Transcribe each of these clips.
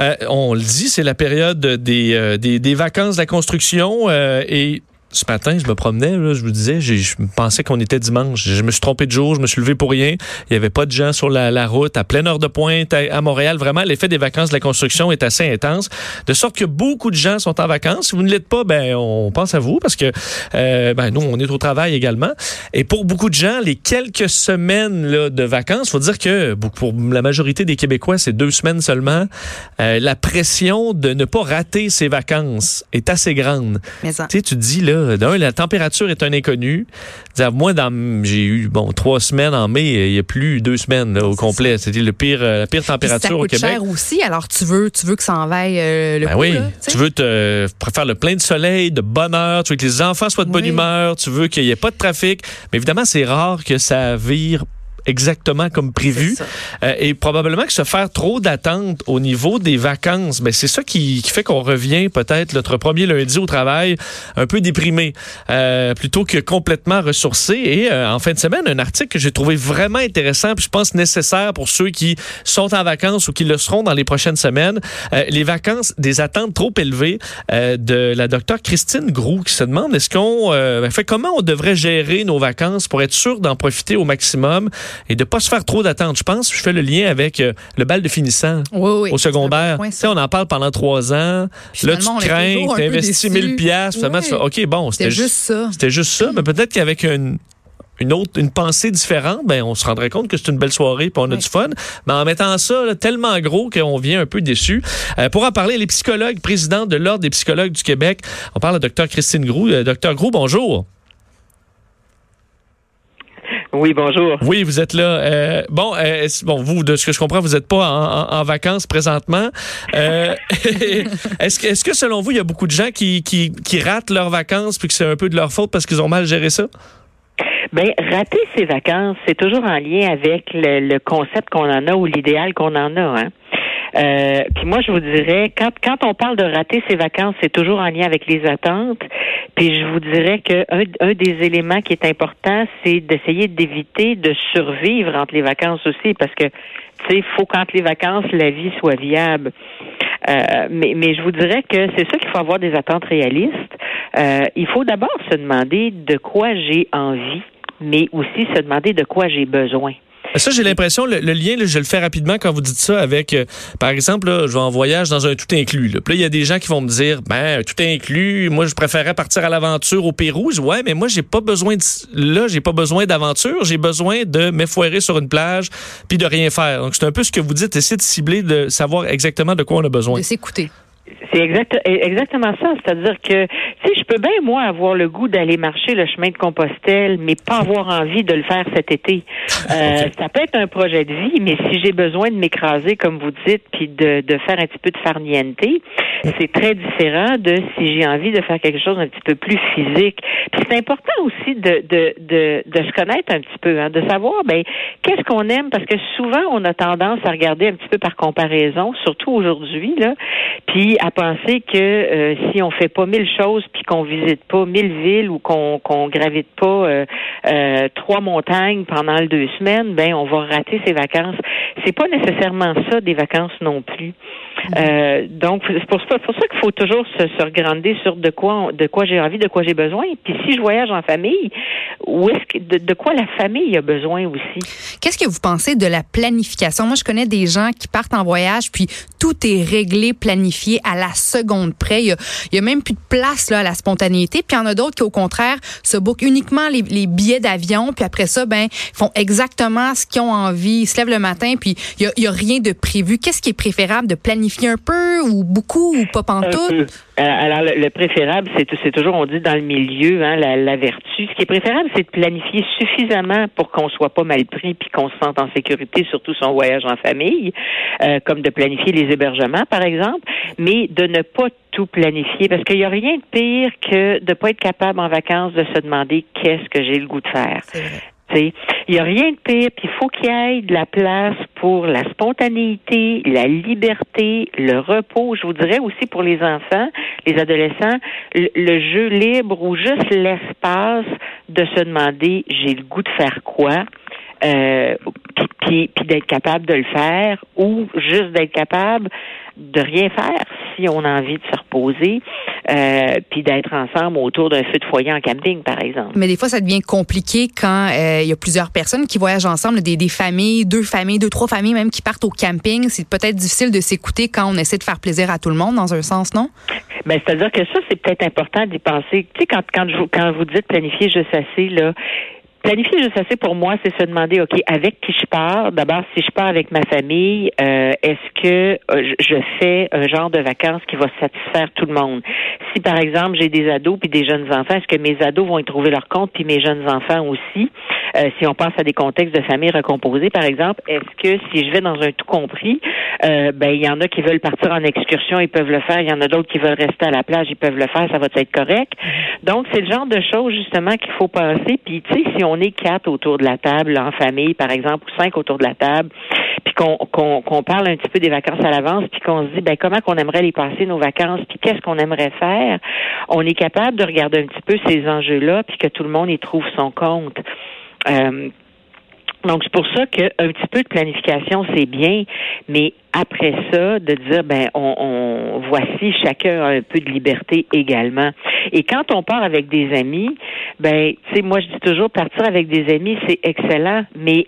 On le dit, c'est la période des vacances de la construction et ce matin, je me promenais, là, je vous disais, je pensais qu'on était dimanche. Je me suis trompé de jour, je me suis levé pour rien. Il n'y avait pas de gens sur la route, à pleine heure de pointe, à Montréal. Vraiment, l'effet des vacances de la construction est assez intense. De sorte que beaucoup de gens sont en vacances. Si vous ne l'êtes pas, on pense à vous parce que nous, on est au travail également. Et pour beaucoup de gens, les quelques semaines là, de vacances, il faut dire que pour la majorité des Québécois, c'est 2 semaines seulement. La pression de ne pas rater ses vacances est assez grande. Tu sais, tu te dis, là, la température est un inconnu. Moi, j'ai eu 3 semaines en mai, il n'y a plus 2 semaines là, au complet. C'était la pire température au Québec. Ça coûte cher aussi, alors tu veux que ça en vaille le coup. Oui, là, tu veux faire le plein de soleil, de bonheur, tu veux que les enfants soient de bonne humeur, tu veux qu'il n'y ait pas de trafic. Mais évidemment, c'est rare que ça vire exactement comme prévu. Et probablement que se faire trop d'attentes au niveau des vacances, c'est ça qui fait qu'on revient peut-être notre premier lundi au travail un peu déprimé, plutôt que complètement ressourcé. Et en fin de semaine, un article que j'ai trouvé vraiment intéressant, puis je pense nécessaire pour ceux qui sont en vacances ou qui le seront dans les prochaines semaines. Les vacances, des attentes trop élevées de la docteure Christine Groux qui se demande comment on devrait gérer nos vacances pour être sûr d'en profiter au maximum et de ne pas se faire trop d'attentes. Je pense, je fais le lien avec le bal de finissant au secondaire. On en parle pendant 3 ans. Là, tu te crains, tu investis 1000 $. Finalement, tu fais, OK, bon, c'était juste ça. C'était juste ça. Mais peut-être qu'avec une pensée différente, on se rendrait compte que c'est une belle soirée et on a du fun. Mais en mettant ça là, tellement gros qu'on vient un peu déçu. Pour en parler, les psychologues, présidente de l'Ordre des psychologues du Québec, on parle de Dr Christine Groux. Dr Groux, bonjour. Oui, bonjour. Oui, vous êtes là. Vous, de ce que je comprends, vous n'êtes pas en vacances présentement. Est-ce que, selon vous, il y a beaucoup de gens qui ratent leurs vacances puis que c'est un peu de leur faute parce qu'ils ont mal géré ça? Rater ses vacances, c'est toujours en lien avec le concept qu'on en a ou l'idéal qu'on en a, hein. Puis moi, je vous dirais, quand on parle de rater ses vacances, c'est toujours en lien avec les attentes. Puis je vous dirais que un des éléments qui est important, c'est d'essayer d'éviter de survivre entre les vacances aussi, parce que tu sais, faut qu'entre les vacances, la vie soit viable. Mais je vous dirais que c'est ça qu'il faut avoir des attentes réalistes. Il faut d'abord se demander de quoi j'ai envie, mais aussi se demander de quoi j'ai besoin. Ça, j'ai l'impression, le lien, là, je le fais rapidement quand vous dites ça avec, par exemple, là, je vais en voyage dans un tout inclus. Là. Puis là, il y a des gens qui vont me dire, tout inclus, moi, je préférerais partir à l'aventure au Pérou. Je dis, ouais, mais moi, j'ai pas besoin d'aventure, j'ai besoin de m'effoirer sur une plage puis de rien faire. Donc, c'est un peu ce que vous dites, essayer de cibler, de savoir exactement de quoi on a besoin. De s'écouter. C'est exactement ça. C'est-à-dire que, tu sais, je peux bien, moi, avoir le goût d'aller marcher le chemin de Compostelle, mais pas avoir envie de le faire cet été. Okay. Ça peut être un projet de vie, mais si j'ai besoin de m'écraser, comme vous dites, puis de faire un petit peu de farniente, c'est très différent de si j'ai envie de faire quelque chose un petit peu plus physique. Puis c'est important aussi de se connaître un petit peu, hein, de savoir, qu'est-ce qu'on aime, parce que souvent, on a tendance à regarder un petit peu par comparaison, surtout aujourd'hui, là, puis à penser que si on fait pas 1000 choses puis qu'on visite pas 1000 villes ou qu'on gravite pas 3 montagnes pendant les 2 semaines, on va rater ses vacances. C'est pas nécessairement ça des vacances non plus. Donc c'est pour ça qu'il faut toujours se regrander sur de quoi j'ai envie, de quoi j'ai besoin. Puis si je voyage en famille, de quoi la famille a besoin aussi. Qu'est-ce que vous pensez de la planification? Moi, je connais des gens qui partent en voyage puis tout est réglé, planifié à la seconde près. Il y a même plus de place là à la spontanéité. Puis il y en a d'autres qui, au contraire, se bookent uniquement les billets d'avion. Puis après ça, font exactement ce qu'ils ont envie. Ils se lèvent le matin puis il y a rien de prévu. Qu'est-ce qui est préférable, de planifier un peu ou beaucoup ou pas pantoute? Alors, le préférable, c'est toujours, on dit dans le milieu, hein, la vertu. Ce qui est préférable, c'est de planifier suffisamment pour qu'on soit pas mal pris puis qu'on se sente en sécurité, surtout son voyage en famille, comme de planifier les hébergements, par exemple, mais de ne pas tout planifier, parce qu'il n'y a rien de pire que de pas être capable en vacances de se demander qu'est-ce que j'ai le goût de faire. C'est vrai. Il n'y a rien de pire, puis il faut qu'il y ait de la place pour la spontanéité, la liberté, le repos. Je vous dirais aussi pour les enfants, les adolescents, le jeu libre ou juste l'espace de se demander, j'ai le goût de faire quoi? puis d'être capable de le faire ou juste d'être capable de rien faire si on a envie de se reposer, puis d'être ensemble autour d'un feu de foyer en camping, par exemple. Mais des fois, ça devient compliqué quand il y a plusieurs personnes qui voyagent ensemble, des familles, deux, trois familles même qui partent au camping. C'est peut-être difficile de s'écouter quand on essaie de faire plaisir à tout le monde, dans un sens, non? Ben, c'est-à-dire que ça, c'est peut-être important d'y penser. Tu sais, quand vous dites planifier juste assez, là, planifier juste assez pour moi, c'est se demander, OK, avec qui je pars? D'abord, si je pars avec ma famille, est-ce que je fais un genre de vacances qui va satisfaire tout le monde? Si, par exemple, j'ai des ados puis des jeunes enfants, est-ce que mes ados vont y trouver leur compte puis mes jeunes enfants aussi? Si on pense à des contextes de famille recomposée, par exemple, est-ce que si je vais dans un tout compris, il y en a qui veulent partir en excursion, ils peuvent le faire. Il y en a d'autres qui veulent rester à la plage, ils peuvent le faire. Ça va être correct? Donc, c'est le genre de choses, justement, qu'il faut penser. Puis, tu sais, si on est 4 autour de la table, en famille, par exemple, ou 5 autour de la table, puis qu'on parle un petit peu des vacances à l'avance, puis qu'on se dit, comment qu'on aimerait les passer, nos vacances, puis qu'est-ce qu'on aimerait faire, on est capable de regarder un petit peu ces enjeux-là, puis que tout le monde y trouve son compte. Donc, c'est pour ça qu'un petit peu de planification, c'est bien, mais après ça, de dire, on voici, chacun a un peu de liberté également. Et quand on part avec des amis, tu sais, moi, je dis toujours, partir avec des amis, c'est excellent, mais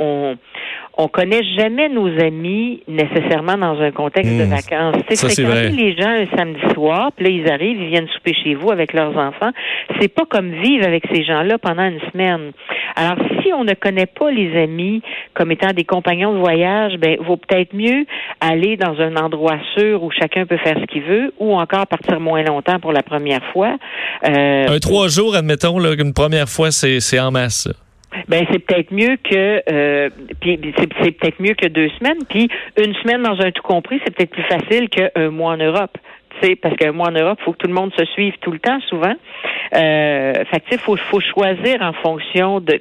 on connaît jamais nos amis nécessairement dans un contexte de vacances. C'est fréquenter les gens un samedi soir, puis là, ils arrivent, ils viennent souper chez vous avec leurs enfants. C'est pas comme vivre avec ces gens-là pendant une semaine. Alors, si on ne connaît pas les amis comme étant des compagnons de voyage, vaut peut-être mieux aller dans un endroit sûr où chacun peut faire ce qu'il veut, ou encore partir moins longtemps pour la première fois. Un 3 jours, admettons, là, une première fois, c'est en masse, là. C'est peut-être mieux que c'est peut-être mieux que 2 semaines, puis une semaine dans un tout compris, c'est peut-être plus facile qu'un mois en Europe. Tu sais, parce qu'un mois en Europe, il faut que tout le monde se suive tout le temps, souvent. Fait que tu sais, faut choisir en fonction de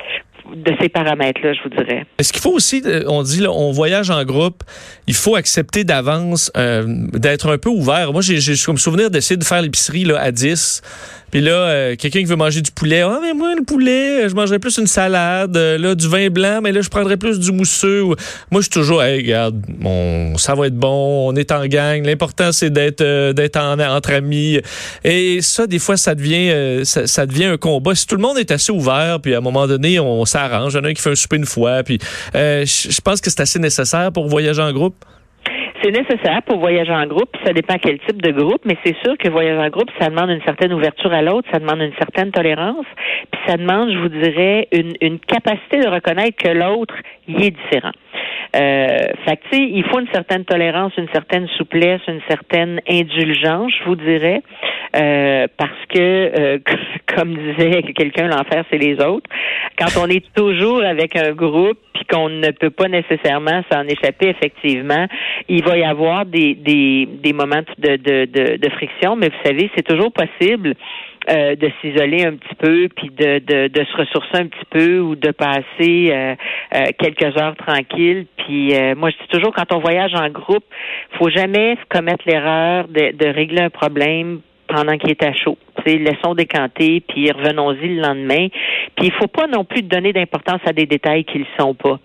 ces paramètres-là, je vous dirais. Est-ce qu'il faut aussi, on dit, là, on voyage en groupe, il faut accepter d'avance d'être un peu ouvert. Moi, j'ai comme souvenir d'essayer de faire l'épicerie là, à 10. Puis là, quelqu'un qui veut manger du poulet, mais moi, le poulet, je mangerais plus une salade, là, du vin blanc, mais là, je prendrais plus du mousseux. Moi, je suis toujours, regarde, ça va être bon, on est en gang. L'important, c'est d'être entre amis. Et ça, des fois, ça devient un combat. Si tout le monde est assez ouvert, puis à un moment donné, on s'arrange. Il y en a un qui fait un souper une fois, puis je pense que c'est assez nécessaire pour voyager en groupe. C'est nécessaire pour voyager en groupe, puis ça dépend quel type de groupe, mais c'est sûr que voyager en groupe, ça demande une certaine ouverture à l'autre, ça demande une certaine tolérance, puis ça demande, je vous dirais, une capacité de reconnaître que l'autre y est différent. Fait que, tu sais, il faut une certaine tolérance, une certaine souplesse, une certaine indulgence, je vous dirais, parce que, comme disait quelqu'un, l'enfer, c'est les autres. Quand on est toujours avec un groupe, puis qu'on ne peut pas nécessairement s'en échapper, effectivement, il va y avoir des moments de friction, mais vous savez, c'est toujours possible de s'isoler un petit peu, puis de se ressourcer un petit peu ou de passer quelques heures tranquilles. Puis moi, je dis toujours, quand on voyage en groupe, faut jamais commettre l'erreur de régler un problème pendant qu'il est à chaud. T'sais, laissons décanter, puis revenons-y le lendemain. Puis il faut pas non plus donner d'importance à des détails qui ne le sont pas.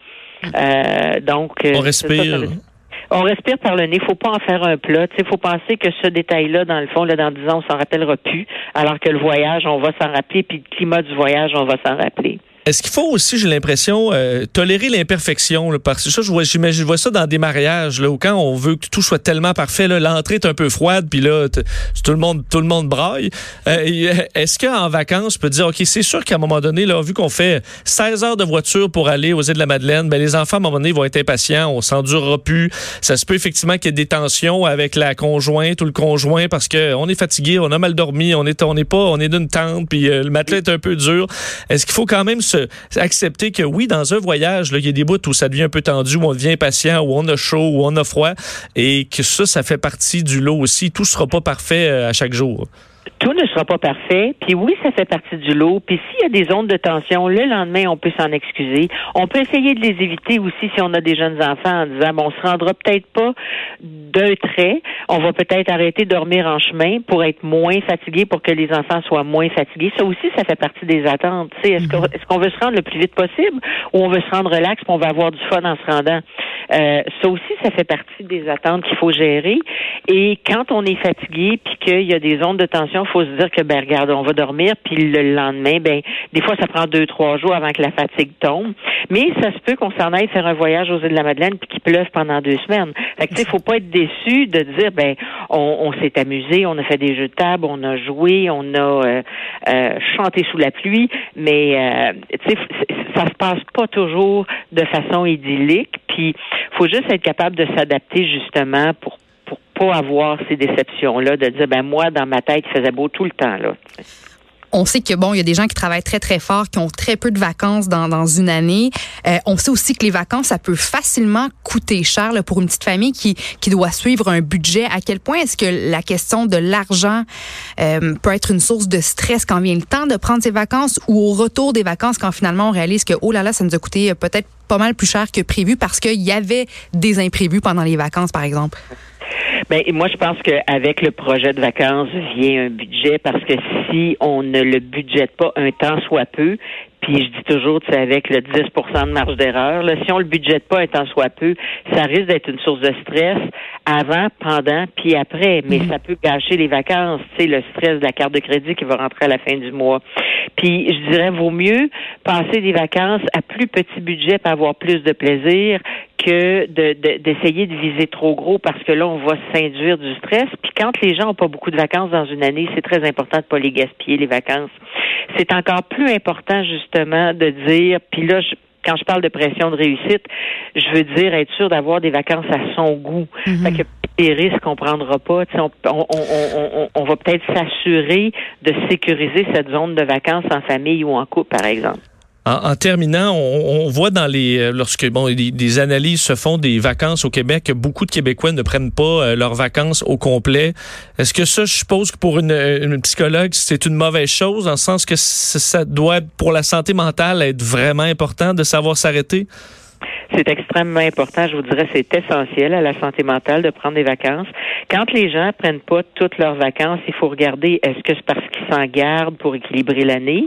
Donc, on respire. On respire par le nez. Faut pas en faire un plat. Il faut penser que ce détail-là, dans le fond, là, dans 10 ans, on s'en rappellera plus. Alors que le voyage, on va s'en rappeler, puis le climat du voyage, on va s'en rappeler. Est-ce qu'il faut aussi, j'ai l'impression, tolérer l'imperfection? Là, parce que ça, je vois ça dans des mariages, là, où quand on veut que tout soit tellement parfait, là, l'entrée est un peu froide, puis là, tout le monde braille. Est-ce qu'en vacances, je peux dire, OK, c'est sûr qu'à un moment donné, là, vu qu'on fait 16 heures de voiture pour aller aux Îles-de-la-Madeleine, les enfants, à un moment donné, vont être impatients, on s'endurera plus. Ça se peut effectivement qu'il y ait des tensions avec la conjointe ou le conjoint parce qu'on est fatigué, on a mal dormi, on est d'une tente, puis le matelas est un peu dur. Est-ce qu'il faut quand même accepter que oui, dans un voyage, il y a des bouts où ça devient un peu tendu, où on devient impatient, où on a chaud, où on a froid, et que ça fait partie du lot aussi. Tout sera pas parfait à chaque jour. Tout ne sera pas parfait. Puis oui, ça fait partie du lot. Puis s'il y a des zones de tension, le lendemain, on peut s'en excuser. On peut essayer de les éviter aussi si on a des jeunes enfants en disant, bon, on se rendra peut-être pas d'un trait. On va peut-être arrêter de dormir en chemin pour être moins fatigué, pour que les enfants soient moins fatigués. Ça aussi, ça fait partie des attentes. Tu sais, est-ce qu'on veut se rendre le plus vite possible ou on veut se rendre relax puis on va avoir du fun en se rendant? Ça aussi, ça fait partie des attentes qu'il faut gérer. Et quand on est fatigué puis qu'il y a des zones de tension, il faut se dire que, regarde, on va dormir, puis le lendemain, des fois, ça prend 2-3 jours avant que la fatigue tombe. Mais ça se peut qu'on s'en aille faire un voyage aux Îles-de-la-Madeleine puis qu'il pleuve pendant 2 semaines. Fait que, tu sais, faut pas être déçu de dire, on s'est amusé, on a fait des jeux de table, on a joué, on a chanté sous la pluie, mais, tu sais, ça se passe pas toujours de façon idyllique, puis faut juste être capable de s'adapter, justement, pour pas avoir ces déceptions-là, de dire, moi, dans ma tête, il faisait beau tout le temps, là. On sait que il y a des gens qui travaillent très, très fort, qui ont très peu de vacances dans une année. On sait aussi que les vacances, ça peut facilement coûter cher là, pour une petite famille qui doit suivre un budget. À quel point est-ce que la question de l'argent peut être une source de stress quand vient le temps de prendre ses vacances ou au retour des vacances quand finalement on réalise que, oh là là, ça nous a coûté peut-être pas mal plus cher que prévu parce qu'il y avait des imprévus pendant les vacances, par exemple? Moi, je pense qu'avec le projet de vacances vient un budget parce que si on ne le budgète pas un temps soit peu, puis je dis toujours, tu sais, avec le 10 de marge d'erreur, là, si on le budgète pas un temps soit peu, ça risque d'être une source de stress avant, pendant, puis après. Mais ça peut gâcher les vacances, tu sais, le stress de la carte de crédit qui va rentrer à la fin du mois. Puis je dirais, vaut mieux passer des vacances à plus petit budget pour avoir plus de plaisir que d'essayer de viser trop gros parce que là, on va s'induire du stress. Puis quand les gens n'ont pas beaucoup de vacances dans une année, c'est très important de pas les gaspiller, les vacances. C'est encore plus important, justement, de dire, puis là, quand je parle de pression de réussite, je veux dire être sûr d'avoir des vacances à son goût. Fait que les risques qu'on prendra pas, on va peut-être s'assurer de sécuriser cette zone de vacances en famille ou en couple, par exemple. En terminant, on voit lorsque des analyses se font des vacances au Québec, que beaucoup de Québécois ne prennent pas leurs vacances au complet. Est-ce que ça, je suppose que pour une psychologue, c'est une mauvaise chose, dans le sens que ça doit, pour la santé mentale, être vraiment important de savoir s'arrêter? C'est extrêmement important. Je vous dirais, c'est essentiel à la santé mentale de prendre des vacances. Quand les gens prennent pas toutes leurs vacances, il faut regarder est-ce que c'est parce qu'ils s'en gardent pour équilibrer l'année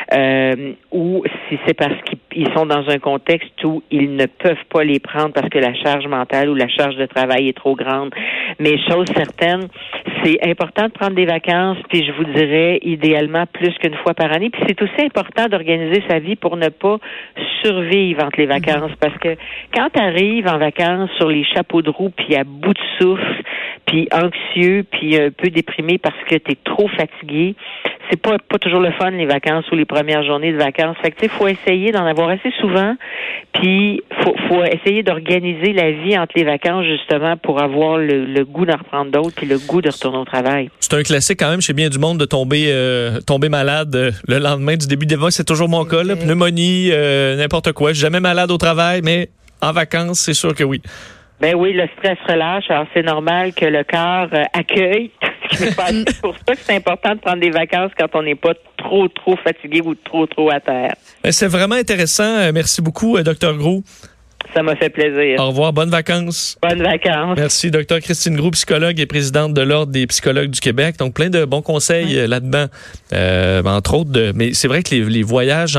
ou si c'est parce qu'ils sont dans un contexte où ils ne peuvent pas les prendre parce que la charge mentale ou la charge de travail est trop grande. Mais chose certaine, c'est important de prendre des vacances, puis je vous dirais idéalement plus qu'une fois par année. Puis c'est aussi important d'organiser sa vie pour ne pas survivre entre les vacances, parce que quand tu arrives en vacances sur les chapeaux de roue, puis à bout de souffle, puis anxieux, puis un peu déprimé parce que tu es trop fatigué, c'est pas toujours le fun, les vacances ou les premières journées de vacances. Fait que, tu sais, faut essayer d'en avoir assez souvent, puis faut essayer d'organiser la vie entre les vacances, justement, pour avoir le goût d'en reprendre d'autres, puis le goût de retourner au travail. C'est un classique quand même chez bien du monde de tomber malade le lendemain du début des vacances. C'est toujours mon cas, là, pneumonie, n'importe quoi. Je suis jamais malade au travail, mais en vacances, c'est sûr que oui. Ben oui, le stress relâche, alors c'est normal que le corps accueille. C'est pour ça que c'est important de prendre des vacances quand on n'est pas trop fatigué ou trop à terre. C'est vraiment intéressant. Merci beaucoup, Dr. Groulx. Ça m'a fait plaisir. Au revoir, bonnes vacances. Bonnes vacances. Merci, Dr. Christine Groulx, psychologue et présidente de l'Ordre des psychologues du Québec. Donc, plein de bons conseils là-dedans, entre autres. Mais c'est vrai que les voyages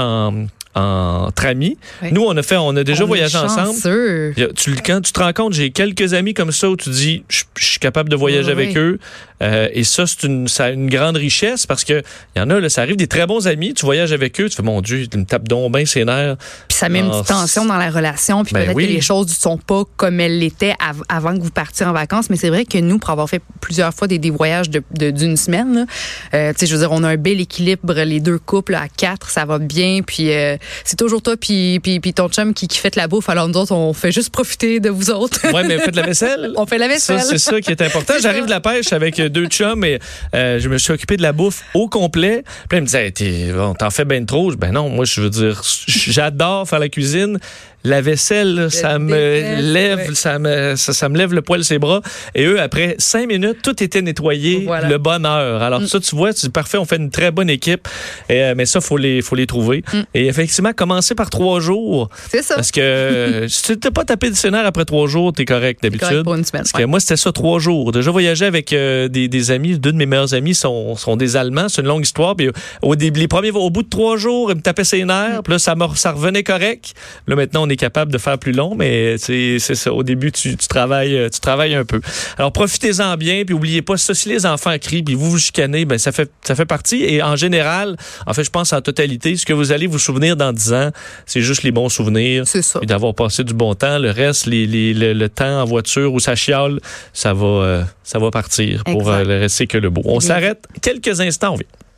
entre amis. Oui. Nous, on a déjà voyagé ensemble. Quand tu te rends compte, j'ai quelques amis comme ça où tu dis, je suis capable de voyager avec eux. Et ça, ça a une grande richesse parce que il y en a, là, ça arrive des très bons amis, tu voyages avec eux, tu fais, mon Dieu, tu me tapes donc bien ses nerfs. Puis ça met une petite tension dans la relation, puis peut-être que les choses ne sont pas comme elles l'étaient avant que vous partiez en vacances. Mais c'est vrai que nous, pour avoir fait plusieurs fois des voyages d'une semaine, tu sais, je veux dire, on a un bel équilibre, les deux couples à 4, ça va bien, puis c'est toujours toi puis ton chum qui fait la bouffe. Alors nous autres, on fait juste profiter de vous autres. Ouais, mais faites la vaisselle. On fait la vaisselle. Ça, c'est ça qui est important. J'arrive de la pêche avec 2 chums et je me suis occupé de la bouffe au complet. Puis là, il me disait, t'en fais bien trop. Ben non, moi, je veux dire, j'adore faire la cuisine. La vaisselle, là, ça me lève, ça me lève le poil ses bras. Et eux, après 5 minutes, tout était nettoyé, le bonheur. Alors ça, tu vois, c'est parfait, on fait une très bonne équipe. Mais ça, faut les trouver. Et effectivement, commencer par 3 jours. C'est ça. Parce que si tu t'es pas tapé le dictionnaire après 3 jours, t'es correct d'habitude. Correct pour une semaine. Parce que moi, c'était ça, 3 jours. Déjà voyager avec des amis, 2 de mes meilleurs amis sont des Allemands. C'est une longue histoire. Puis au bout de 3 jours, ils me tapaient ses nerfs. Puis là, ça revenait correct. Là, maintenant, on est capable de faire plus long, mais c'est ça. Au début, tu travailles un peu. Alors, profitez-en bien. Puis oubliez pas, ça, si les enfants crient, puis vous chicanez, ben ça fait partie. Et en général, en fait, je pense en totalité, ce que vous allez vous souvenir dans 10 ans, c'est juste les bons souvenirs. C'est ça. Puis d'avoir passé du bon temps. Le reste, le temps en voiture où ça chiale, ça va partir. Pour le rester que le beau. On s'arrête quelques instants, on vient.